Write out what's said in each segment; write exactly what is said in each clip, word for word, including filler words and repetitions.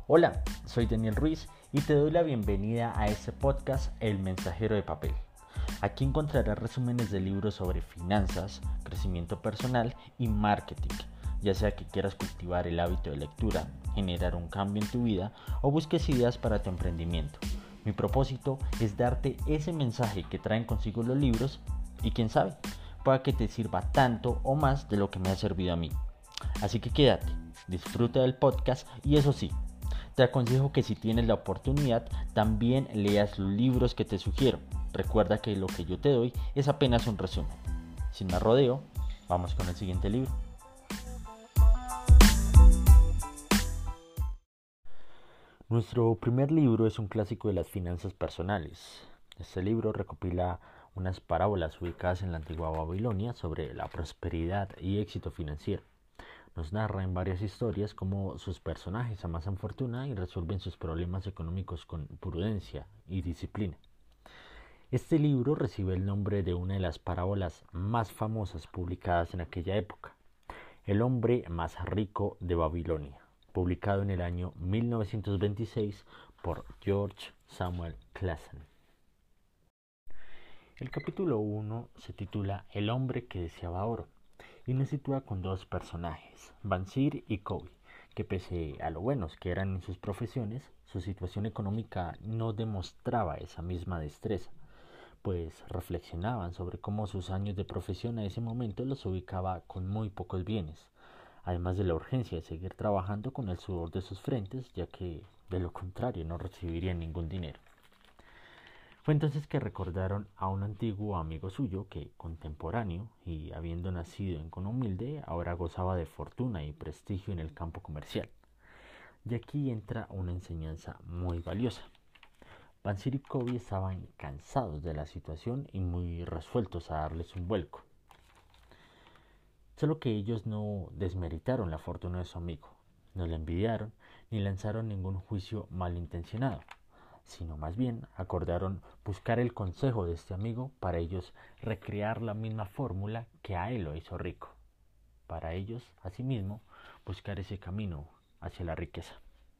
Hola, soy Daniel Ruiz y te doy la bienvenida a este podcast El Mensajero de Papel. Aquí encontrarás resúmenes de libros sobre finanzas, crecimiento personal y marketing, ya sea que quieras cultivar el hábito de lectura, generar un cambio en tu vida o busques ideas para tu emprendimiento. Mi propósito es darte ese mensaje que traen consigo los libros y quién sabe, pueda que te sirva tanto o más de lo que me ha servido a mí. Así que quédate, disfruta del podcast y eso sí, te aconsejo que si tienes la oportunidad también leas los libros que te sugiero. Recuerda que lo que yo te doy es apenas un resumen. Sin más rodeo, vamos con el siguiente libro. Nuestro primer libro es un clásico de las finanzas personales. Este libro recopila unas parábolas ubicadas en la antigua Babilonia sobre la prosperidad y éxito financiero. Nos narra en varias historias cómo sus personajes amasan fortuna y resuelven sus problemas económicos con prudencia y disciplina. Este libro recibe el nombre de una de las parábolas más famosas publicadas en aquella época, El hombre más rico de Babilonia, publicado en el año mil novecientos veintiséis por George Samuel Clason. El capítulo uno se titula El hombre que deseaba oro y nos sitúa con dos personajes, Bansir y Kobe, que pese a lo buenos que eran en sus profesiones, su situación económica no demostraba esa misma destreza, pues reflexionaban sobre cómo sus años de profesión a ese momento los ubicaba con muy pocos bienes, además de la urgencia de seguir trabajando con el sudor de sus frentes, ya que de lo contrario no recibirían ningún dinero. Fue entonces que recordaron a un antiguo amigo suyo que, contemporáneo y habiendo nacido en cuna humilde, ahora gozaba de fortuna y prestigio en el campo comercial. Y aquí entra una enseñanza muy valiosa. Bansir y Kobe estaban cansados de la situación y muy resueltos a darles un vuelco. Solo que ellos no desmeritaron la fortuna de su amigo, no la envidiaron ni lanzaron ningún juicio malintencionado, sino más bien acordaron buscar el consejo de este amigo para ellos recrear la misma fórmula que a él lo hizo rico. Para ellos, asimismo, buscar ese camino hacia la riqueza.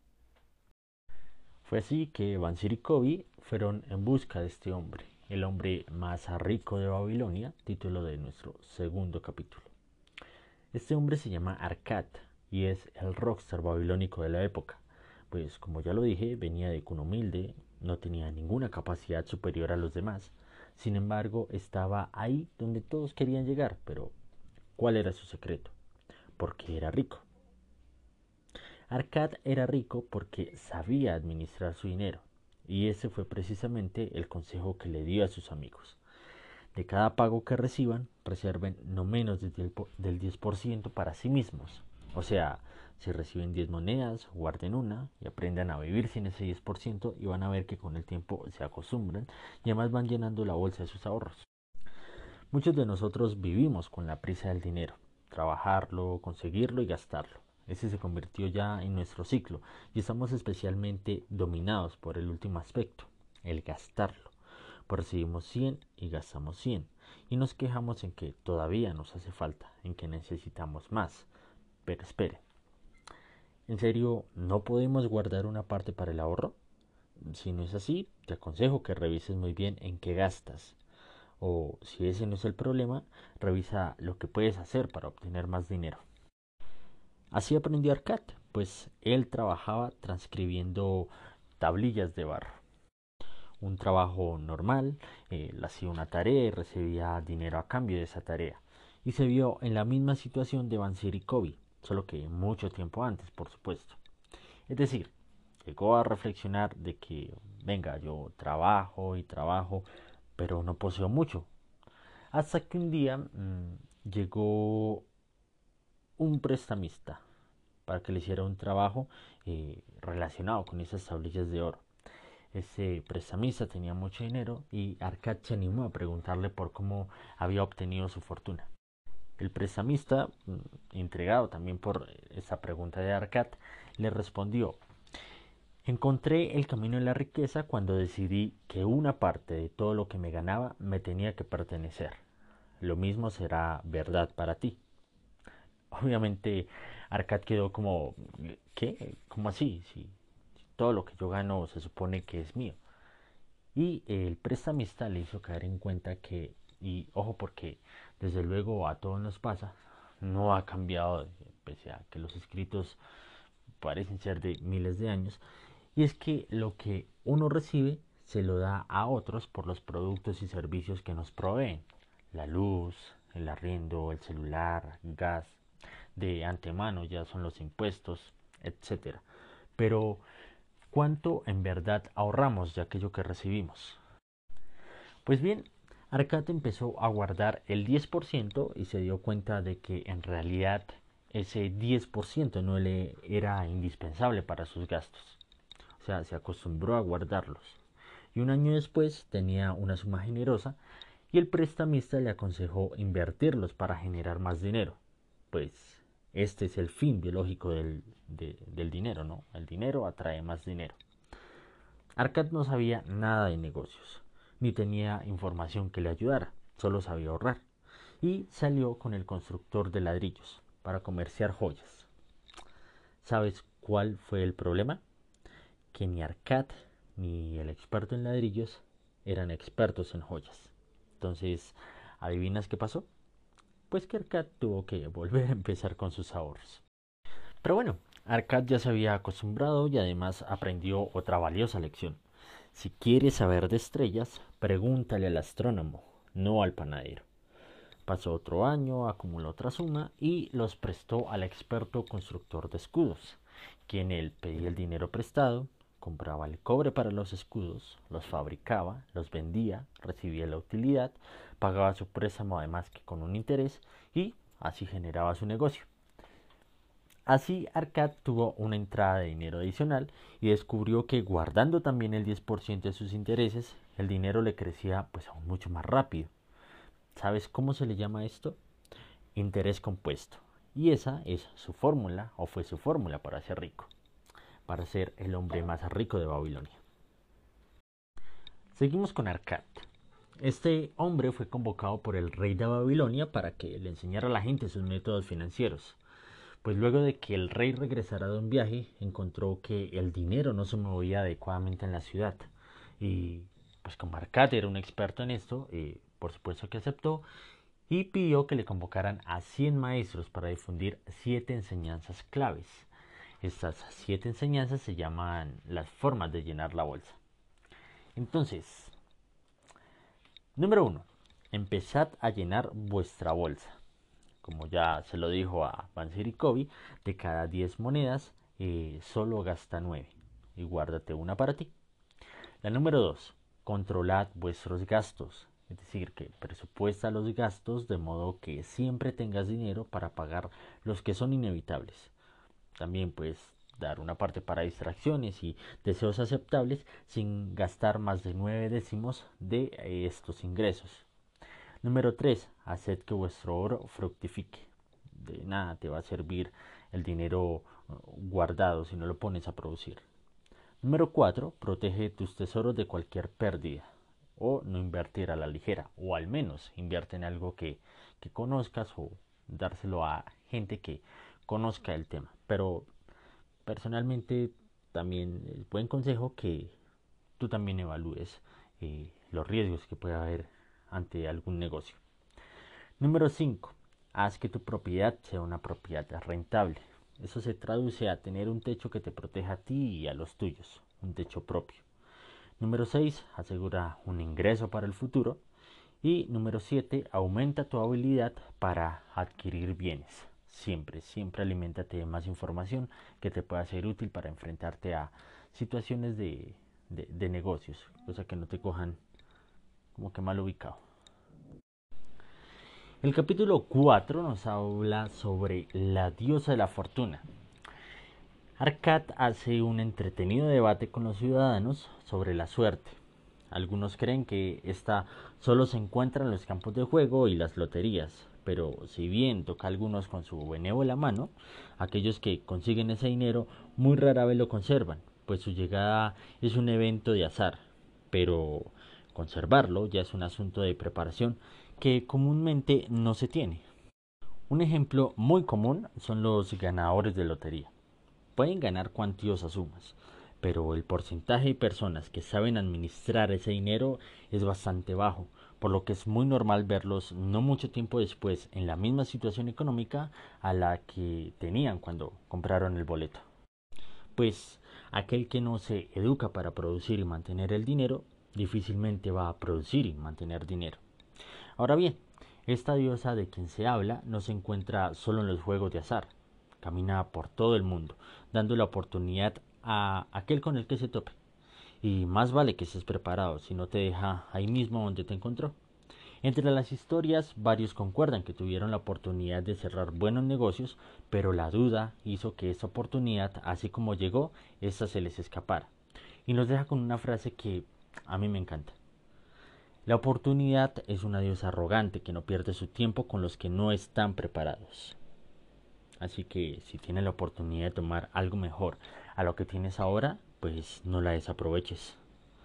Fue así que Bansir y Kobe fueron en busca de este hombre, el hombre más rico de Babilonia, título de nuestro segundo capítulo. Este hombre se llama Arkad y es el rockstar babilónico de la época, pues como ya lo dije, venía de cuna humilde, no tenía ninguna capacidad superior a los demás, sin embargo estaba ahí donde todos querían llegar, pero ¿cuál era su secreto? Porque era rico. Arkad era rico porque sabía administrar su dinero, y ese fue precisamente el consejo que le dio a sus amigos. De cada pago que reciban, reserven no menos del diez por ciento para sí mismos. O sea, si reciben diez monedas, guarden una y aprendan a vivir sin ese diez por ciento y van a ver que con el tiempo se acostumbran y además van llenando la bolsa de sus ahorros. Muchos de nosotros vivimos con la prisa del dinero, trabajarlo, conseguirlo y gastarlo. Ese se convirtió ya en nuestro ciclo y estamos especialmente dominados por el último aspecto, el gastarlo. Recibimos cien y gastamos cien y nos quejamos en que todavía nos hace falta, en que necesitamos más. Pero espere, ¿en serio no podemos guardar una parte para el ahorro? Si no es así, te aconsejo que revises muy bien en qué gastas. O si ese no es el problema, revisa lo que puedes hacer para obtener más dinero. Así aprendió Arkad, pues él trabajaba transcribiendo tablillas de barro. Un trabajo normal, él hacía una tarea y recibía dinero a cambio de esa tarea. Y se vio en la misma situación de Bansir y Kobe, solo que mucho tiempo antes, por supuesto. Es decir, llegó a reflexionar de que, venga, yo trabajo y trabajo, pero no poseo mucho. Hasta que un día mmm, llegó un prestamista para que le hiciera un trabajo eh, relacionado con esas tablillas de oro. Ese prestamista tenía mucho dinero y Arkad se animó a preguntarle por cómo había obtenido su fortuna. El prestamista, intrigado también por esa pregunta de Arkad, le respondió: encontré el camino de la riqueza cuando decidí que una parte de todo lo que me ganaba me tenía que pertenecer. Lo mismo será verdad para ti. Obviamente Arkad quedó como, ¿qué? ¿Cómo así? Sí. todo lo que yo gano se supone que es mío. Y el prestamista le hizo caer en cuenta que, y ojo porque desde luego a todos nos pasa, no ha cambiado pese a que los escritos parecen ser de miles de años, y es que lo que uno recibe se lo da a otros por los productos y servicios que nos proveen. La luz, el arriendo, el celular, gas, de antemano ya son los impuestos, etcétera. Pero, ¿cuánto en verdad ahorramos de aquello que recibimos? Pues bien, Arcad empezó a guardar el diez por ciento y se dio cuenta de que en realidad ese diez por ciento no le era indispensable para sus gastos. O sea, se acostumbró a guardarlos. Y un año después tenía una suma generosa y el prestamista le aconsejó invertirlos para generar más dinero. Pues este es el fin biológico del, de, del dinero, ¿no? El dinero atrae más dinero. Arcad no sabía nada de negocios, ni tenía información que le ayudara, solo sabía ahorrar. Y salió con el constructor de ladrillos para comerciar joyas. ¿Sabes cuál fue el problema? Que ni Arcad ni el experto en ladrillos eran expertos en joyas. Entonces, ¿adivinas qué pasó? Pues que Arcad tuvo que volver a empezar con sus ahorros. Pero bueno, Arcad ya se había acostumbrado y además aprendió otra valiosa lección. Si quieres saber de estrellas, pregúntale al astrónomo, no al panadero. Pasó otro año, acumuló otra suma y los prestó al experto constructor de escudos, quien él pedía el dinero prestado, compraba el cobre para los escudos, los fabricaba, los vendía, recibía la utilidad, pagaba su préstamo además que con un interés y así generaba su negocio. Así Arcad tuvo una entrada de dinero adicional y descubrió que guardando también el diez por ciento de sus intereses, el dinero le crecía pues aún mucho más rápido. ¿Sabes cómo se le llama esto? Interés compuesto. Y esa es su fórmula, o fue su fórmula para ser rico, para ser el hombre más rico de Babilonia. Seguimos con Arcad. Este hombre fue convocado por el rey de Babilonia para que le enseñara a la gente sus métodos financieros. Pues luego de que el rey regresara de un viaje, encontró que el dinero no se movía adecuadamente en la ciudad. Y pues como Arcad era un experto en esto, eh, por supuesto que aceptó y pidió que le convocaran a cien maestros para difundir siete enseñanzas claves. Estas siete enseñanzas se llaman las formas de llenar la bolsa. Entonces, número uno, empezad a llenar vuestra bolsa. Como ya se lo dijo a Bansir-Ikovi, de cada diez monedas, eh, solo gasta nueve y guárdate una para ti. La número dos, controlad vuestros gastos. Es decir, que presupuesta los gastos de modo que siempre tengas dinero para pagar los que son inevitables. También puedes dar una parte para distracciones y deseos aceptables sin gastar más de nueve décimos de estos ingresos. Número tres. Haced que vuestro oro fructifique. De nada te va a servir el dinero guardado si no lo pones a producir. Número cuatro. Protege tus tesoros de cualquier pérdida. O no invertir a la ligera. O al menos invierte en algo que, que conozcas o dárselo a gente que conozca el tema. Pero personalmente también es buen consejo que tú también evalúes eh, los riesgos que puede haber ante algún negocio. Número cinco. Haz que tu propiedad sea una propiedad rentable. Eso se traduce a tener un techo que te proteja a ti y a los tuyos, un techo propio. Número seis. Asegura un ingreso para el futuro. Y número siete. Aumenta tu habilidad para adquirir bienes. Siempre, siempre aliméntate de más información que te pueda ser útil para enfrentarte a situaciones de, de, de negocios, cosa que no te cojan como que mal ubicado. El capítulo cuatro nos habla sobre la diosa de la fortuna. Arcad hace un entretenido debate con los ciudadanos sobre la suerte. Algunos creen que esta solo se encuentra en los campos de juego y las loterías, pero si bien toca a algunos con su benévola mano, aquellos que consiguen ese dinero muy rara vez lo conservan, pues su llegada es un evento de azar, pero conservarlo ya es un asunto de preparación que comúnmente no se tiene. Un ejemplo muy común son los ganadores de lotería. Pueden ganar cuantiosas sumas, pero el porcentaje de personas que saben administrar ese dinero es bastante bajo, por lo que es muy normal verlos no mucho tiempo después en la misma situación económica a la que tenían cuando compraron el boleto. Pues aquel que no se educa para producir y mantener el dinero, difícilmente va a producir y mantener dinero. Ahora bien, esta diosa de quien se habla no se encuentra solo en los juegos de azar, camina por todo el mundo, dando la oportunidad a aquel con el que se tope. Y más vale que estés preparado, si no te deja ahí mismo donde te encontró. Entre las historias, varios concuerdan que tuvieron la oportunidad de cerrar buenos negocios, pero la duda hizo que esa oportunidad, así como llegó, esta se les escapara. Y nos deja con una frase que a mí me encanta. La oportunidad es una diosa arrogante que no pierde su tiempo con los que no están preparados. Así que si tienes la oportunidad de tomar algo mejor a lo que tienes ahora, pues no la desaproveches.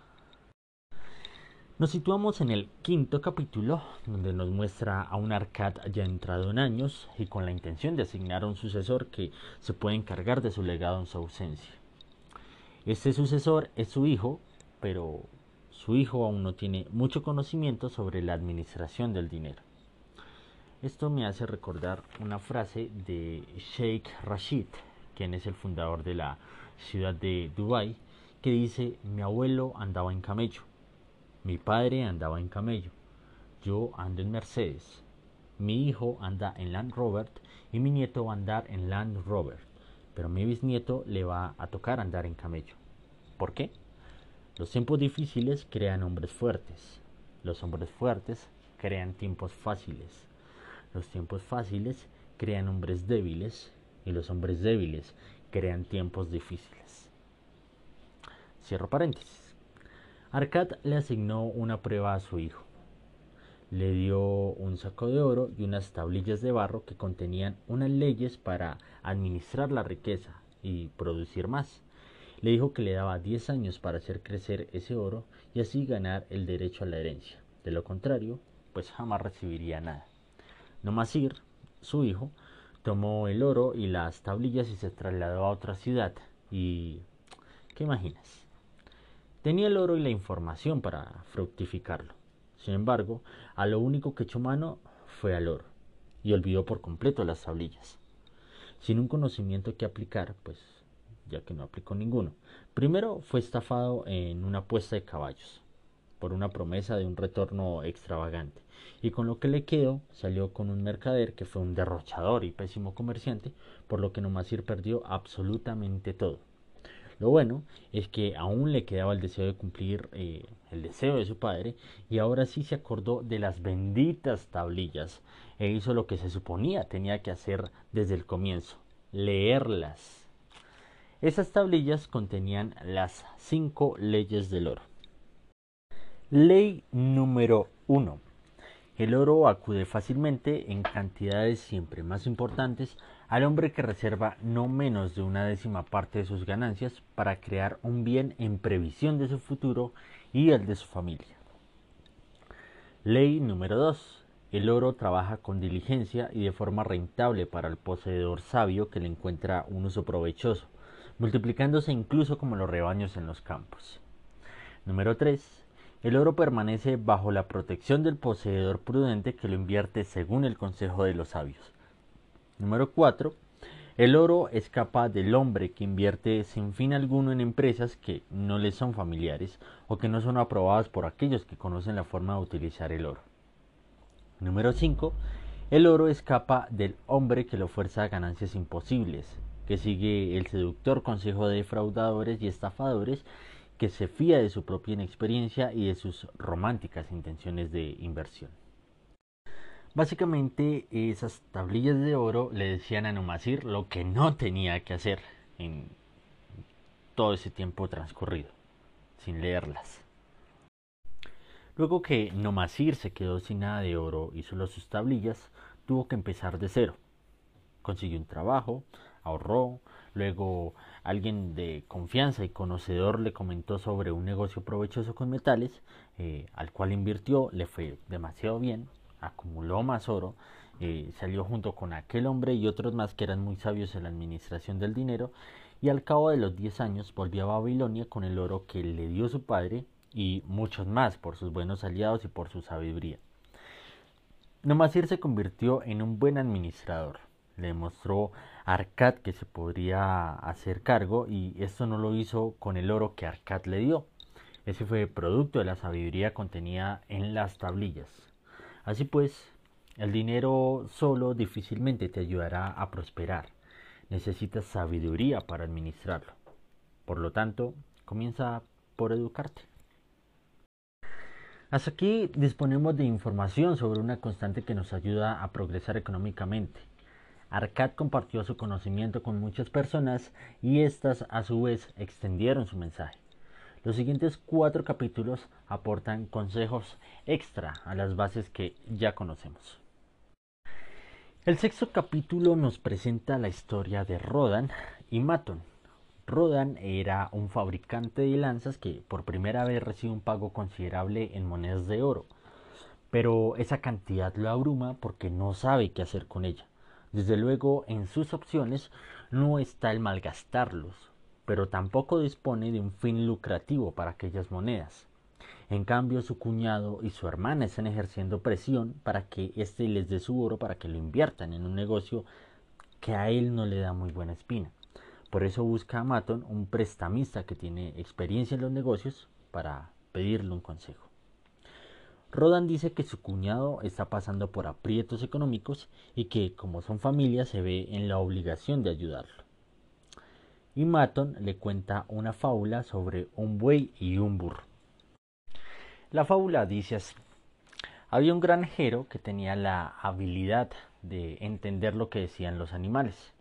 Nos situamos en el quinto capítulo, donde nos muestra a un Arcad ya entrado en años y con la intención de asignar a un sucesor que se puede encargar de su legado en su ausencia. Este sucesor es su hijo, pero su hijo aún no tiene mucho conocimiento sobre la administración del dinero. Esto me hace recordar una frase de Sheikh Rashid, quien es el fundador de la ciudad de Dubái, que dice: mi abuelo andaba en camello. Mi padre andaba en camello, yo ando en Mercedes, mi hijo anda en Land Rover y mi nieto va a andar en Land Rover, pero a mi bisnieto le va a tocar andar en camello. ¿Por qué? Los tiempos difíciles crean hombres fuertes, los hombres fuertes crean tiempos fáciles, los tiempos fáciles crean hombres débiles y los hombres débiles crean tiempos difíciles. Cierro paréntesis. Arcad le asignó una prueba a su hijo. Le dio un saco de oro y unas tablillas de barro que contenían unas leyes para administrar la riqueza y producir más. Le dijo que le daba diez años para hacer crecer ese oro y así ganar el derecho a la herencia. De lo contrario, pues jamás recibiría nada. Nomasir, su hijo, tomó el oro y las tablillas y se trasladó a otra ciudad. ¿Y qué imaginas? Tenía el oro y la información para fructificarlo. Sin embargo, a lo único que echó mano fue al oro, y olvidó por completo las tablillas. Sin un conocimiento que aplicar, pues ya que no aplicó ninguno. Primero fue estafado en una apuesta de caballos, por una promesa de un retorno extravagante, y con lo que le quedó salió con un mercader que fue un derrochador y pésimo comerciante, por lo que Nomasir perdió absolutamente todo. Lo bueno es que aún le quedaba el deseo de cumplir eh, el deseo de su padre, y ahora sí se acordó de las benditas tablillas e hizo lo que se suponía tenía que hacer desde el comienzo: leerlas. Esas tablillas contenían las cinco leyes del oro. Ley número uno. El oro acude fácilmente, en cantidades siempre más importantes, al hombre que reserva no menos de una décima parte de sus ganancias para crear un bien en previsión de su futuro y el de su familia. Ley número dos. El oro trabaja con diligencia y de forma rentable para el poseedor sabio que le encuentra un uso provechoso, multiplicándose incluso como los rebaños en los campos. Número tres. El oro permanece bajo la protección del poseedor prudente que lo invierte según el consejo de los sabios. Número cuatro. El oro escapa del hombre que invierte sin fin alguno en empresas que no le son familiares o que no son aprobadas por aquellos que conocen la forma de utilizar el oro. Número cinco. El oro escapa del hombre que lo fuerza a ganancias imposibles, que sigue el seductor consejo de defraudadores y estafadores, que se fía de su propia inexperiencia y de sus románticas intenciones de inversión. Básicamente, esas tablillas de oro le decían a Nomasir lo que no tenía que hacer en todo ese tiempo transcurrido, sin leerlas. Luego que Nomasir se quedó sin nada de oro y solo sus tablillas, tuvo que empezar de cero. Consiguió un trabajo, ahorró, luego alguien de confianza y conocedor le comentó sobre un negocio provechoso con metales, eh, al cual invirtió, le fue demasiado bien, acumuló más oro, eh, salió junto con aquel hombre y otros más que eran muy sabios en la administración del dinero, y al cabo de los diez años volvió a Babilonia con el oro que le dio su padre y muchos más por sus buenos aliados y por su sabiduría. Nomasir se convirtió en un buen administrador. Le demostró a Arkad que se podría hacer cargo y esto no lo hizo con el oro que Arkad le dio. Ese fue producto de la sabiduría contenida en las tablillas. Así pues, el dinero solo difícilmente te ayudará a prosperar. Necesitas sabiduría para administrarlo. Por lo tanto, comienza por educarte. Hasta aquí disponemos de información sobre una constante que nos ayuda a progresar económicamente. Arkad compartió su conocimiento con muchas personas y éstas a su vez extendieron su mensaje. Los siguientes cuatro capítulos aportan consejos extra a las bases que ya conocemos. El sexto capítulo nos presenta la historia de Rodan y Maton. Rodan era un fabricante de lanzas que por primera vez recibe un pago considerable en monedas de oro, pero esa cantidad lo abruma porque no sabe qué hacer con ella. Desde luego, en sus opciones no está el malgastarlos, pero tampoco dispone de un fin lucrativo para aquellas monedas. En cambio, su cuñado y su hermana están ejerciendo presión para que éste les dé su oro para que lo inviertan en un negocio que a él no le da muy buena espina. Por eso busca a Maton, un prestamista que tiene experiencia en los negocios, para pedirle un consejo. Rodan dice que su cuñado está pasando por aprietos económicos y que, como son familia, se ve en la obligación de ayudarlo. Y Maton le cuenta una fábula sobre un buey y un burro. La fábula dice así: había un granjero que tenía la habilidad de entender lo que decían los animales.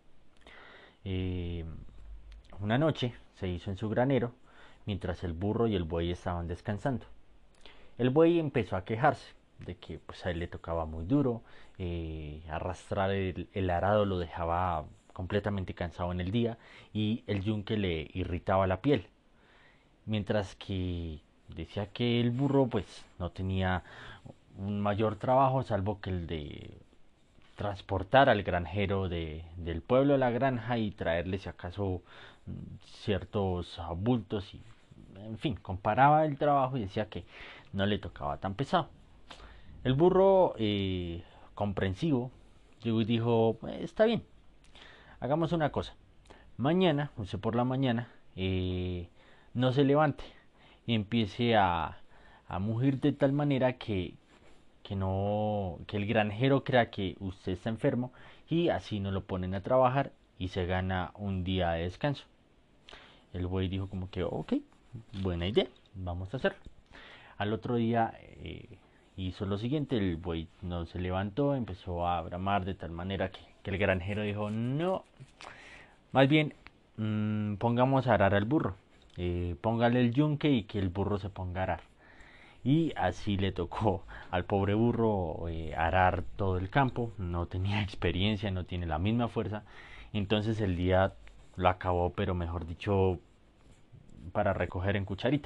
Eh, una noche se hizo en su granero mientras el burro y el buey estaban descansando. El buey empezó a quejarse de que pues, a él le tocaba muy duro, eh, arrastrar el, el arado lo dejaba completamente cansado en el día y el yunque le irritaba la piel. Mientras que decía que el burro pues no tenía un mayor trabajo salvo que el de transportar al granjero de, del pueblo a la granja y traerle si acaso ciertos bultos y en fin, comparaba el trabajo y decía que no le tocaba tan pesado. El burro, eh, comprensivo, dijo, está bien, hagamos una cosa, mañana, usted por la mañana, eh, no se levante y empiece a, a mugir de tal manera que, que, no, que el granjero crea que usted está enfermo y así no lo ponen a trabajar y se gana un día de descanso. El buey dijo como que, ok, buena idea, vamos a hacerlo. Al otro día eh, hizo lo siguiente, el buey no se levantó, empezó a bramar de tal manera que, que el granjero dijo, no, más bien mmm, pongamos a arar al burro, eh, póngale el yunque y que el burro se ponga a arar. Y así le tocó al pobre burro eh, arar todo el campo, no tenía experiencia, no tiene la misma fuerza, entonces el día lo acabó, pero mejor dicho, para recoger en cucharita.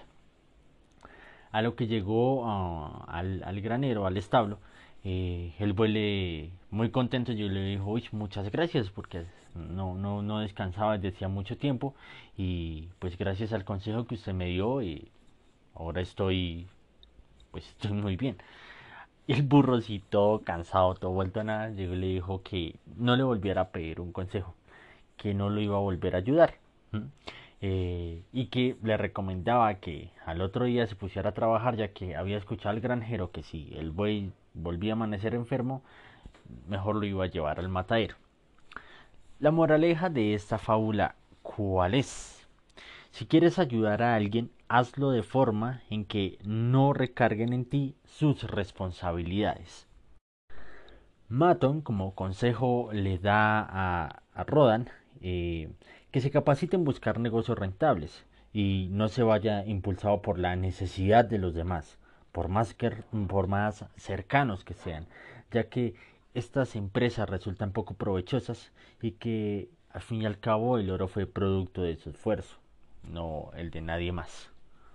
A lo que llegó uh, al, al granero, al establo, eh, el buey le, muy contento, yo le dijo, uy, muchas gracias, porque no, no, no descansaba desde hacía mucho tiempo, y pues gracias al consejo que usted me dio, y ahora estoy, pues estoy muy bien. Y el burro, sí, todo cansado, todo vuelto a nada, llegó y le dijo que no le volviera a pedir un consejo, que no lo iba a volver a ayudar. ¿Mm? Eh, y que le recomendaba que al otro día se pusiera a trabajar, ya que había escuchado al granjero que si el buey volvía a amanecer enfermo, mejor lo iba a llevar al matadero. La moraleja de esta fábula, ¿cuál es? Si quieres ayudar a alguien, hazlo de forma en que no recarguen en ti sus responsabilidades. Maton, como consejo, le da a, a Rodan eh, que se capacite en buscar negocios rentables y no se vaya impulsado por la necesidad de los demás, por más, que, por más cercanos que sean, ya que estas empresas resultan poco provechosas y que al fin y al cabo el oro fue producto de su esfuerzo, no el de nadie más.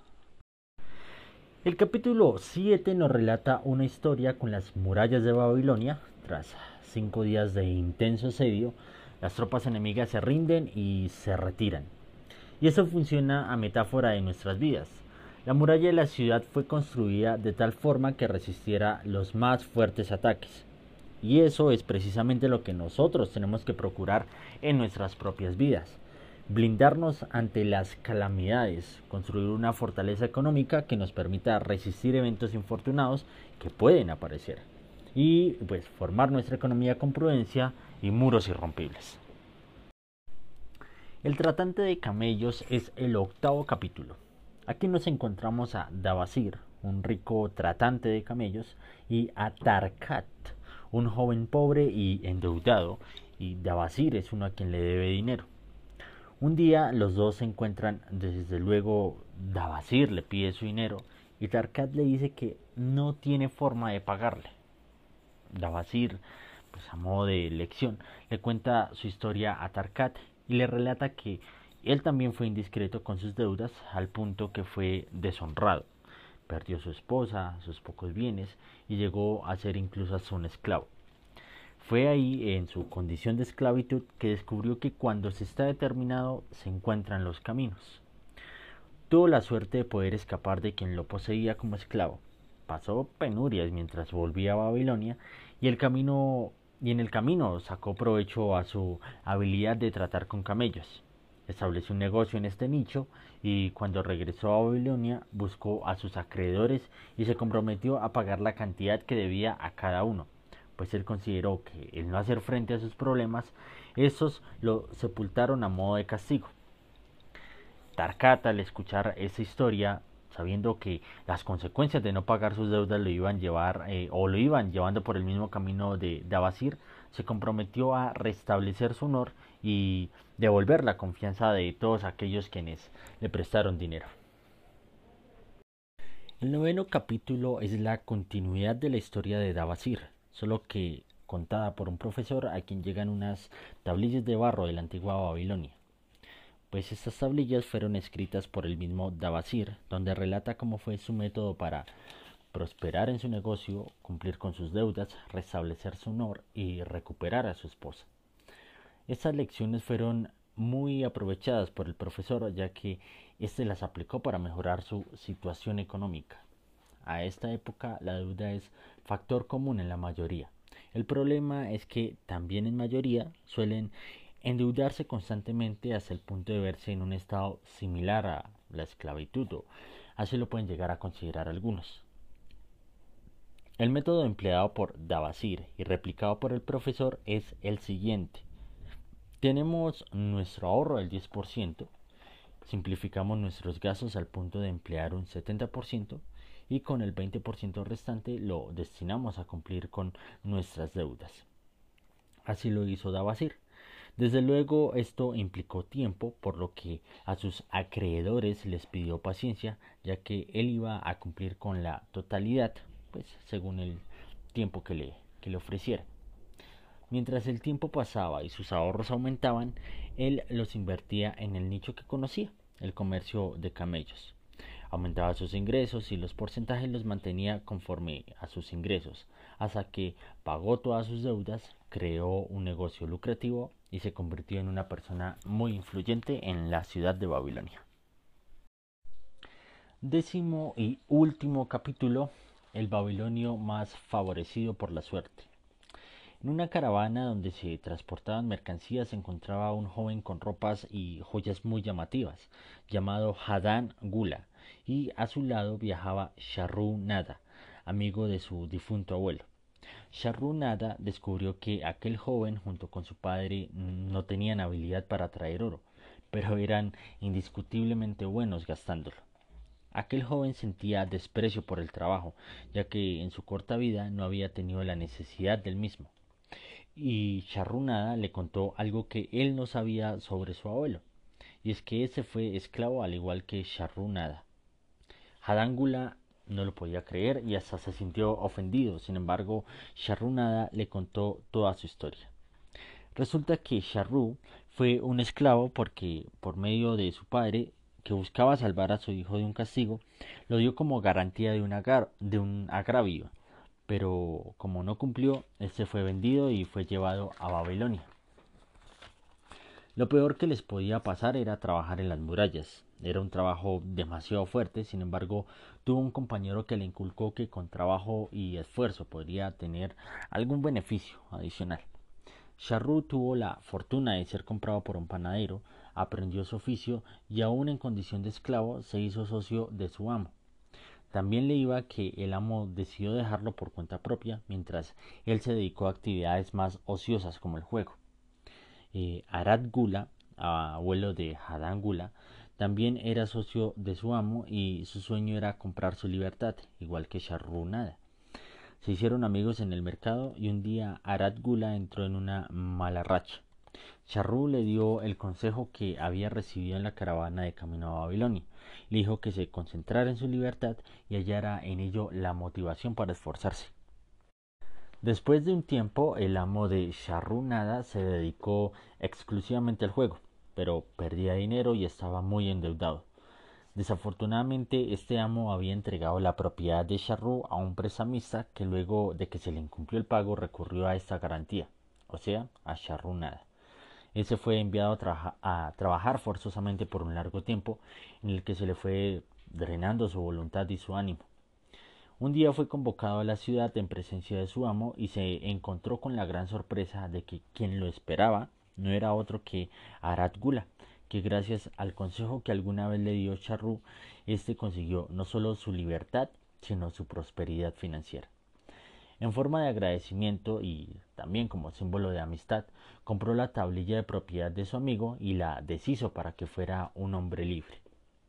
El capítulo siete nos relata una historia con las murallas de Babilonia. Tras cinco días de intenso asedio, Las tropas enemigas se rinden y se retiran. Y eso funciona a metáfora de nuestras vidas. La muralla de la ciudad fue construida de tal forma que resistiera los más fuertes ataques. Y eso es precisamente lo que nosotros tenemos que procurar en nuestras propias vidas. Blindarnos ante las calamidades, construir una fortaleza económica que nos permita resistir eventos infortunados que pueden aparecer. Y pues formar nuestra economía con prudencia y muros irrompibles. El tratante de camellos es el octavo capítulo. Aquí nos encontramos a Dabasir, un rico tratante de camellos, y a Tarkat, un joven pobre y endeudado, y Dabasir es uno a quien le debe dinero. Un día los dos se encuentran, desde luego Dabasir le pide su dinero y Tarkat le dice que no tiene forma de pagarle. Dabasir, pues a modo de lección, le cuenta su historia a Tarkat y le relata que él también fue indiscreto con sus deudas al punto que fue deshonrado. Perdió su esposa, sus pocos bienes y llegó a ser incluso hasta un esclavo. Fue ahí, en su condición de esclavitud, que descubrió que cuando se está determinado se encuentran los caminos. Tuvo la suerte de poder escapar de quien lo poseía como esclavo. Pasó penurias mientras volvía a Babilonia y el camino y en el camino sacó provecho a su habilidad de tratar con camellos. Estableció un negocio en este nicho y cuando regresó a Babilonia buscó a sus acreedores y se comprometió a pagar la cantidad que debía a cada uno, pues él consideró que el no hacer frente a sus problemas, esos lo sepultaron a modo de castigo. Tarkat, al escuchar esa historia, sabiendo que las consecuencias de no pagar sus deudas lo iban llevar eh, o lo iban llevando por el mismo camino de Dabasir, se comprometió a restablecer su honor y devolver la confianza de todos aquellos quienes le prestaron dinero. El noveno capítulo es la continuidad de la historia de Dabasir, solo que contada por un profesor a quien llegan unas tablillas de barro de la antigua Babilonia. Pues estas tablillas fueron escritas por el mismo Dabasir, donde relata cómo fue su método para prosperar en su negocio, cumplir con sus deudas, restablecer su honor y recuperar a su esposa. Estas lecciones fueron muy aprovechadas por el profesor, ya que éste las aplicó para mejorar su situación económica. A esta época la deuda es factor común en la mayoría. El problema es que también en mayoría suelen endeudarse constantemente hasta el punto de verse en un estado similar a la esclavitud, o así lo pueden llegar a considerar algunos. El método empleado por Dabasir y replicado por el profesor es el siguiente. Tenemos nuestro ahorro del diez por ciento, simplificamos nuestros gastos al punto de emplear un setenta por ciento y con el veinte por ciento restante lo destinamos a cumplir con nuestras deudas. Así lo hizo Dabasir. Desde luego esto implicó tiempo, por lo que a sus acreedores les pidió paciencia, ya que él iba a cumplir con la totalidad, pues según el tiempo que le, que le ofreciera. Mientras el tiempo pasaba y sus ahorros aumentaban, él los invertía en el nicho que conocía, el comercio de camellos. Aumentaba sus ingresos y los porcentajes los mantenía conforme a sus ingresos, hasta que pagó todas sus deudas, creó un negocio lucrativo y se convirtió en una persona muy influyente en la ciudad de Babilonia. Décimo y último capítulo, el babilonio más favorecido por la suerte. En una caravana donde se transportaban mercancías se encontraba un joven con ropas y joyas muy llamativas, llamado Hadán Gula, y a su lado viajaba Sharru Nada, amigo de su difunto abuelo. Sharru Nada descubrió que aquel joven junto con su padre no tenían habilidad para traer oro, pero eran indiscutiblemente buenos gastándolo. Aquel joven sentía desprecio por el trabajo, ya que en su corta vida no había tenido la necesidad del mismo. Y Sharru Nada le contó algo que él no sabía sobre su abuelo, y es que ese fue esclavo al igual que Sharru Nada. Hadán Gula no lo podía creer y hasta se sintió ofendido. Sin embargo, Sharru Nada le contó toda su historia. Resulta que Sharru fue un esclavo porque, por medio de su padre, que buscaba salvar a su hijo de un castigo, lo dio como garantía de un, agar de un agravio. Pero como no cumplió, él se fue vendido y fue llevado a Babilonia. Lo peor que les podía pasar era trabajar en las murallas. Era un trabajo demasiado fuerte, sin embargo, tuvo un compañero que le inculcó que con trabajo y esfuerzo podría tener algún beneficio adicional. Charrúa tuvo la fortuna de ser comprado por un panadero, aprendió su oficio y aún en condición de esclavo se hizo socio de su amo. También le iba que el amo decidió dejarlo por cuenta propia, mientras él se dedicó a actividades más ociosas como el juego. Eh, Arad Gula, abuelo de Hadán Gula, también era socio de su amo y su sueño era comprar su libertad, igual que Charrúa Nada. Se hicieron amigos en el mercado y un día Arad Gula entró en una mala racha. Charrúa le dio el consejo que había recibido en la caravana de camino a Babilonia. Le dijo que se concentrara en su libertad y hallara en ello la motivación para esforzarse. Después de un tiempo, el amo de Charrúa Nada se dedicó exclusivamente al juego, pero perdía dinero y estaba muy endeudado. Desafortunadamente, este amo había entregado la propiedad de Charrúa a un prestamista que luego de que se le incumplió el pago recurrió a esta garantía, o sea, a Charrúa Nada. Ese fue enviado a, traja- a trabajar forzosamente por un largo tiempo, en el que se le fue drenando su voluntad y su ánimo. Un día fue convocado a la ciudad en presencia de su amo y se encontró con la gran sorpresa de que quien lo esperaba no era otro que Arad Gula, que gracias al consejo que alguna vez le dio Charrúa, este consiguió no solo su libertad, sino su prosperidad financiera. En forma de agradecimiento y también como símbolo de amistad, compró la tablilla de propiedad de su amigo y la deshizo para que fuera un hombre libre.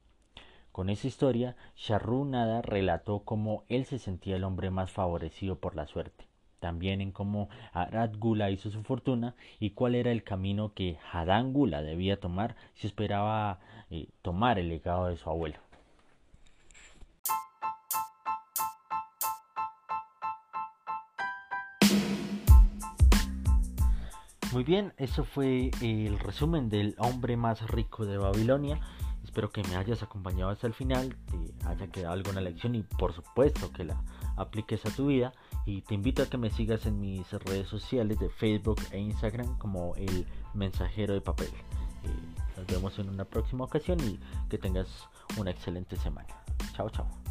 Con esa historia, Charrúa Nada relató cómo él se sentía el hombre más favorecido por la suerte, también en cómo Arad Gula hizo su fortuna y cuál era el camino que Hadán Gula debía tomar si esperaba eh, tomar el legado de su abuelo. Muy bien, eso fue el resumen del hombre más rico de Babilonia. Espero que me hayas acompañado hasta el final, te haya quedado alguna lección y por supuesto que la apliques a tu vida. Y te invito a que me sigas en mis redes sociales de Facebook e Instagram como el mensajero de papel. Eh, nos vemos en una próxima ocasión y que tengas una excelente semana. Chao, chao.